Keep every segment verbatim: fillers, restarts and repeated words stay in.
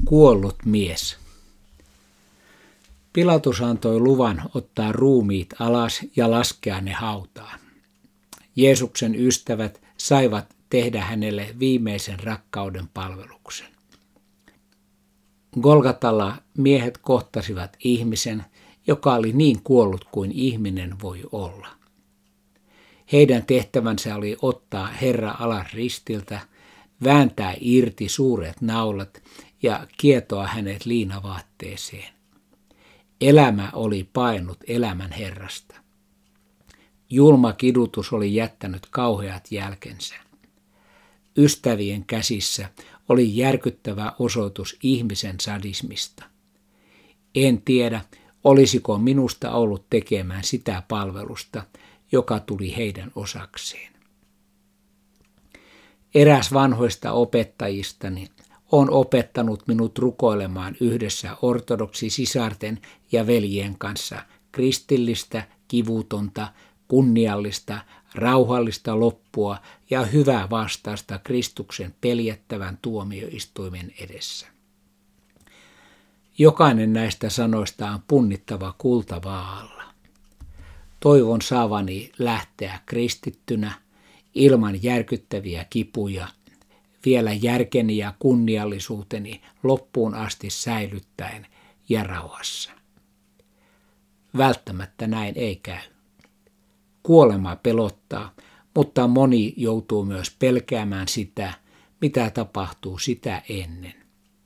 Kuollut mies. Pilatus antoi luvan ottaa ruumiit alas ja laskea ne hautaan. Jeesuksen ystävät saivat tehdä hänelle viimeisen rakkauden palveluksen. Golgatalla miehet kohtasivat ihmisen, joka oli niin kuollut kuin ihminen voi olla. Heidän tehtävänsä oli ottaa Herra alas ristiltä, vääntää irti suuret naulat ja kietoa hänet liinavaatteeseen. Elämä oli paennut elämän Herrasta. Julma kidutus oli jättänyt kauheat jälkensä. Ystävien käsissä oli järkyttävä osoitus ihmisen sadismista. En tiedä, olisiko minusta ollut tekemään sitä palvelusta, joka tuli heidän osakseen. Eräs vanhoista opettajistani on opettanut minut rukoilemaan yhdessä ortodoksisisarten ja veljien kanssa kristillistä, kivutonta, kunniallista, rauhallista loppua ja hyvää vastausta Kristuksen peljättävän tuomioistuimen edessä. Jokainen näistä sanoista on punnittava kultavaalla. Toivon saavani lähteä kristittynä ilman järkyttäviä kipuja, vielä järkeni ja kunniallisuuteni loppuun asti säilyttäen ja rauhassa. Välttämättä näin ei käy. Kuolema pelottaa, mutta moni joutuu myös pelkäämään sitä, mitä tapahtuu sitä ennen.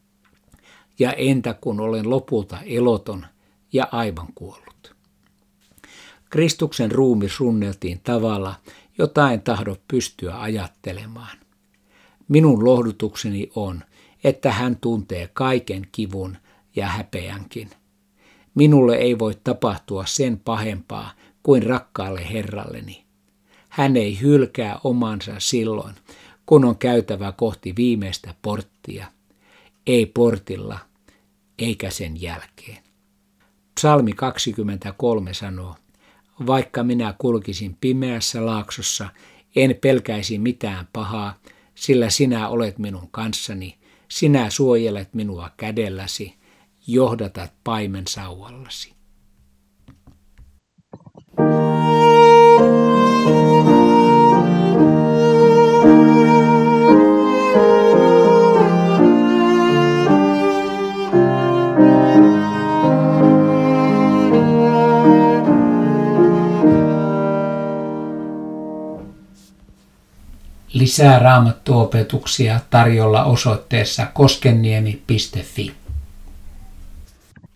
Ja entä kun olen lopulta eloton ja aivan kuollut? Kristuksen ruumis runneltiin tavalla, jota en tahdo pystyä ajattelemaan. Minun lohdutukseni on, että hän tuntee kaiken kivun ja häpeänkin. Minulle ei voi tapahtua sen pahempaa kuin rakkaalle Herralleni. Hän ei hylkää omansa silloin, kun on käytävä kohti viimeistä porttia. Ei portilla, eikä sen jälkeen. Psalmi kaksikymmentäkolme sanoo, vaikka minä kulkisin pimeässä laaksossa, en pelkäisi mitään pahaa, sillä sinä olet minun kanssani, sinä suojelet minua kädelläsi, johdatat paimen sauvallasi. Lisää Raamattuopetuksia tarjolla osoitteessa koskenniemi piste fi.